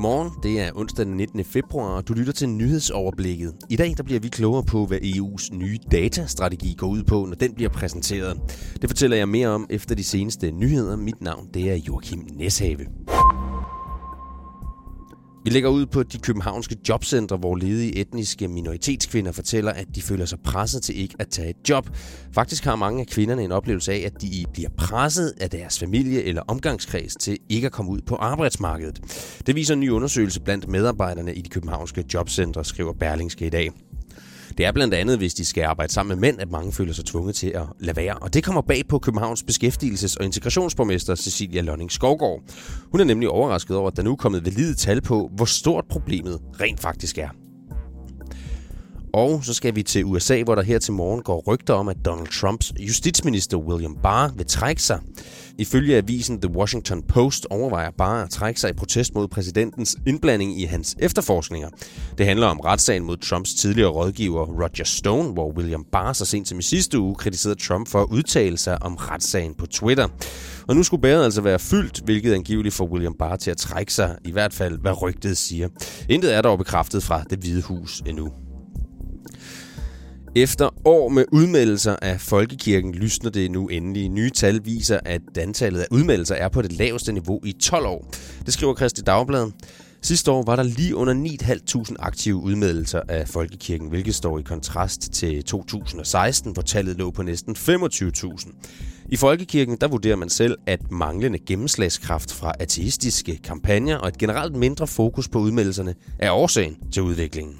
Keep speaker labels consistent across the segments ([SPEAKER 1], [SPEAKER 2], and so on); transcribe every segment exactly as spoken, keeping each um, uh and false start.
[SPEAKER 1] Godmorgen, det er onsdag den nittende februar, og du lytter til nyhedsoverblikket. I dag der bliver vi klogere på, hvad E U's nye datastrategi går ud på, når den bliver præsenteret. Det fortæller jeg mere om efter de seneste nyheder. Mit navn det er Joachim Næshave. Vi lægger ud på de københavnske jobcentre, hvor ledige etniske minoritetskvinder fortæller, at de føler sig presset til ikke at tage et job. Faktisk har mange af kvinderne en oplevelse af, at de bliver presset af deres familie eller omgangskreds til ikke at komme ud på arbejdsmarkedet. Det viser en ny undersøgelse blandt medarbejderne i de københavnske jobcentre, skriver Berlingske i dag. Det er blandt andet, hvis de skal arbejde sammen med mænd, at mange føler sig tvunget til at lade være. Og det kommer bag på Københavns beskæftigelses- og integrationsborgmester Cecilia Lonning Skovgaard. Hun er nemlig overrasket over, at der nu er kommet valide tal på, hvor stort problemet rent faktisk er. Og så skal vi til U S A, hvor der her til morgen går rygter om, at Donald Trumps justitsminister William Barr vil trække sig. Ifølge avisen The Washington Post overvejer Barr at trække sig i protest mod præsidentens indblanding i hans efterforskninger. Det handler om retssagen mod Trumps tidligere rådgiver Roger Stone, hvor William Barr så sent som i sidste uge kritiserede Trump for at udtale sig om retssagen på Twitter. Og nu skulle bæret altså være fyldt, hvilket angiveligt får William Barr til at trække sig, i hvert fald hvad rygtet siger. Intet er dog bekræftet fra Det Hvide Hus endnu. Efter år med udmeldelser af folkekirken lysner det nu endelig. Nye tal viser, at antallet af udmeldelser er på det laveste niveau i tolv år. Det skriver Kristi Dagblad. Sidste år var der lige under ni tusind fem hundrede aktive udmeldelser af folkekirken, hvilket står i kontrast til to tusind og seksten, hvor tallet lå på næsten femogtyve tusind. I folkekirken der vurderer man selv, at manglende gennemslagskraft fra ateistiske kampagner og et generelt mindre fokus på udmeldelserne er årsagen til udviklingen.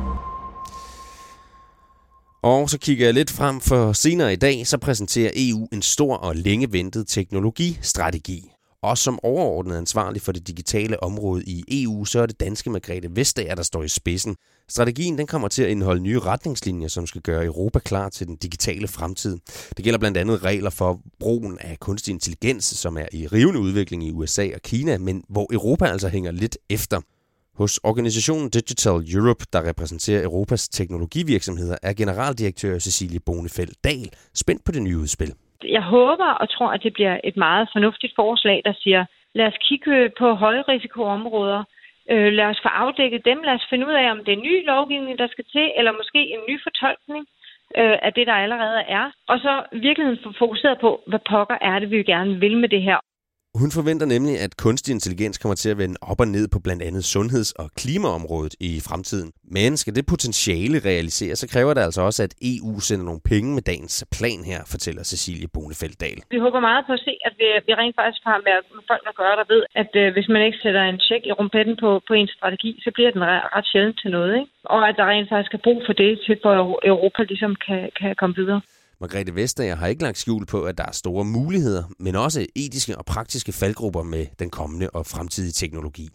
[SPEAKER 1] Og så kigger jeg lidt frem, for senere i dag, så præsenterer E U en stor og længe ventet teknologistrategi. Og som overordnet ansvarlig for det digitale område i E U, så er det danske Margrethe Vestager, der står i spidsen. Strategien den kommer til at indeholde nye retningslinjer, som skal gøre Europa klar til den digitale fremtid. Det gælder blandt andet regler for brugen af kunstig intelligens, som er i rivende udvikling i U S A og Kina, men hvor Europa altså hænger lidt efter. Hos organisationen Digital Europe, der repræsenterer Europas teknologivirksomheder, er generaldirektør Cecilie Bonefeldt Dahl spændt på det nye udspil.
[SPEAKER 2] Jeg håber og tror, at det bliver et meget fornuftigt forslag, der siger, lad os kigge på højrisikoområder, øh, lad os få afdækket dem, lad os finde ud af, om det er ny lovgivning, der skal til, eller måske en ny fortolkning øh, af det, der allerede er. Og så virkeligheden fokuseret på, hvad pokker er det, vi gerne vil med det her.
[SPEAKER 1] Hun forventer nemlig, at kunstig intelligens kommer til at vende op og ned på blandt andet sundheds- og klimaområdet i fremtiden. Men skal det potentiale realiseres, så kræver det altså også, at E U sender nogle penge med dagens plan her, fortæller Cecilie Bonefeldt Dahl.
[SPEAKER 2] Vi håber meget på at se, at vi, vi rent faktisk har med folk at gøre, der ved, at øh, hvis man ikke sætter en check i rumpetten på, på en strategi, så bliver den ret sjældent til noget, ikke? Og at der rent faktisk er brug for det, til for Europa ligesom kan, kan komme videre.
[SPEAKER 1] Margrethe Vestager har ikke lagt skjul på, at der er store muligheder, men også etiske og praktiske faldgrupper med den kommende og fremtidige teknologi.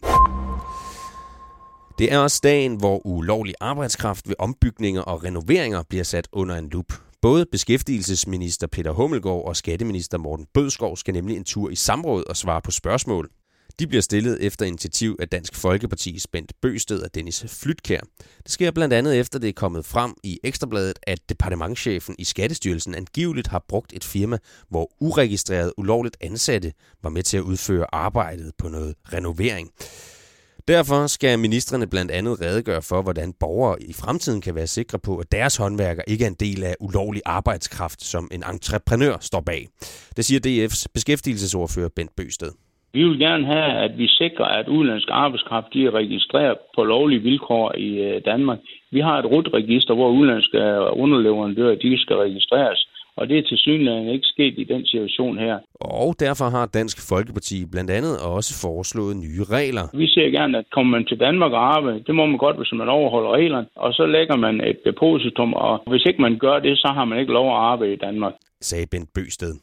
[SPEAKER 1] Det er også dagen, hvor ulovlig arbejdskraft ved ombygninger og renoveringer bliver sat under en lup. Både beskæftigelsesminister Peter Hummelgaard og skatteminister Morten Bødskov skal nemlig en tur i samråd og svare på spørgsmål. De bliver stillet efter initiativ af Dansk Folkepartis Bent Bøgsted og Dennis Flydtkjær. Det sker blandt andet efter det er kommet frem i Ekstrabladet, at departementschefen i Skattestyrelsen angiveligt har brugt et firma, hvor uregistreret ulovligt ansatte var med til at udføre arbejdet på noget renovering. Derfor skal ministrene blandt andet redegøre for, hvordan borgere i fremtiden kan være sikre på, at deres håndværker ikke er en del af ulovlig arbejdskraft, som en entreprenør står bag. Det siger D F's beskæftigelsesordfører Bent Bøgsted.
[SPEAKER 3] Vi vil gerne have, at vi sikrer, at udenlandsk arbejdskraft de er registreret på lovlige vilkår i Danmark. Vi har et R U T-register, hvor udenlandske underleverandører de skal registreres, og det er tilsyneladende ikke sket i den situation her.
[SPEAKER 1] Og derfor har Dansk Folkeparti blandt andet også foreslået nye regler.
[SPEAKER 3] Vi ser gerne, at kommer man til Danmark og arbejder, det må man godt, hvis man overholder reglerne, og så lægger man et depositum, og hvis ikke man gør det, så har man ikke lov at arbejde i Danmark,
[SPEAKER 1] sagde Bent Bøgsted.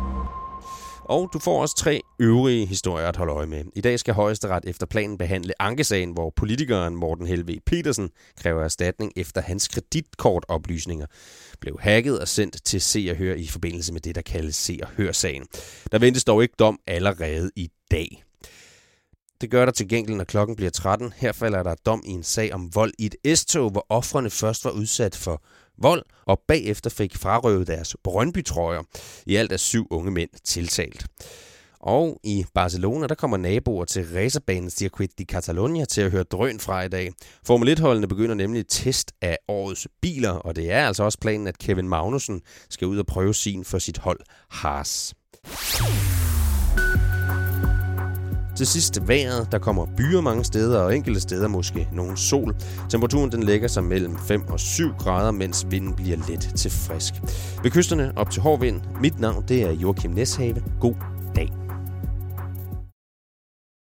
[SPEAKER 1] Og du får også tre øvrige historier at holde øje med. I dag skal Højesteret efter planen behandle ankesagen, hvor politikeren Morten Helveg Petersen kræver erstatning efter hans kreditkortoplysninger blev hacket og sendt til Se og Hør i forbindelse med det, der kaldes Se og Hør-sagen. Der ventes dog ikke dom allerede i dag. Det gør der til gengæld, når klokken bliver tretten. Her falder der dom i en sag om vold i et S-tog, hvor ofrene først var udsat for vold, og bagefter fik frarøvet deres Brøndby-trøjer. I alt er syv unge mænd tiltalt. Og i Barcelona, der kommer naboer til racerbanen Circuit de Catalunya til at høre drøn fra i dag. Formel et-holdene begynder nemlig test af årets biler, og det er altså også planen, at Kevin Magnussen skal ud og prøve sin for sit hold Haas. Til sidst vejret, der kommer byer mange steder, og enkelte steder måske nogen sol. Temperaturen den lægger sig mellem fem og syv grader, mens vinden bliver let til frisk. Ved kysterne op til hård vind. Mit navn det er Joachim Neshave. God dag.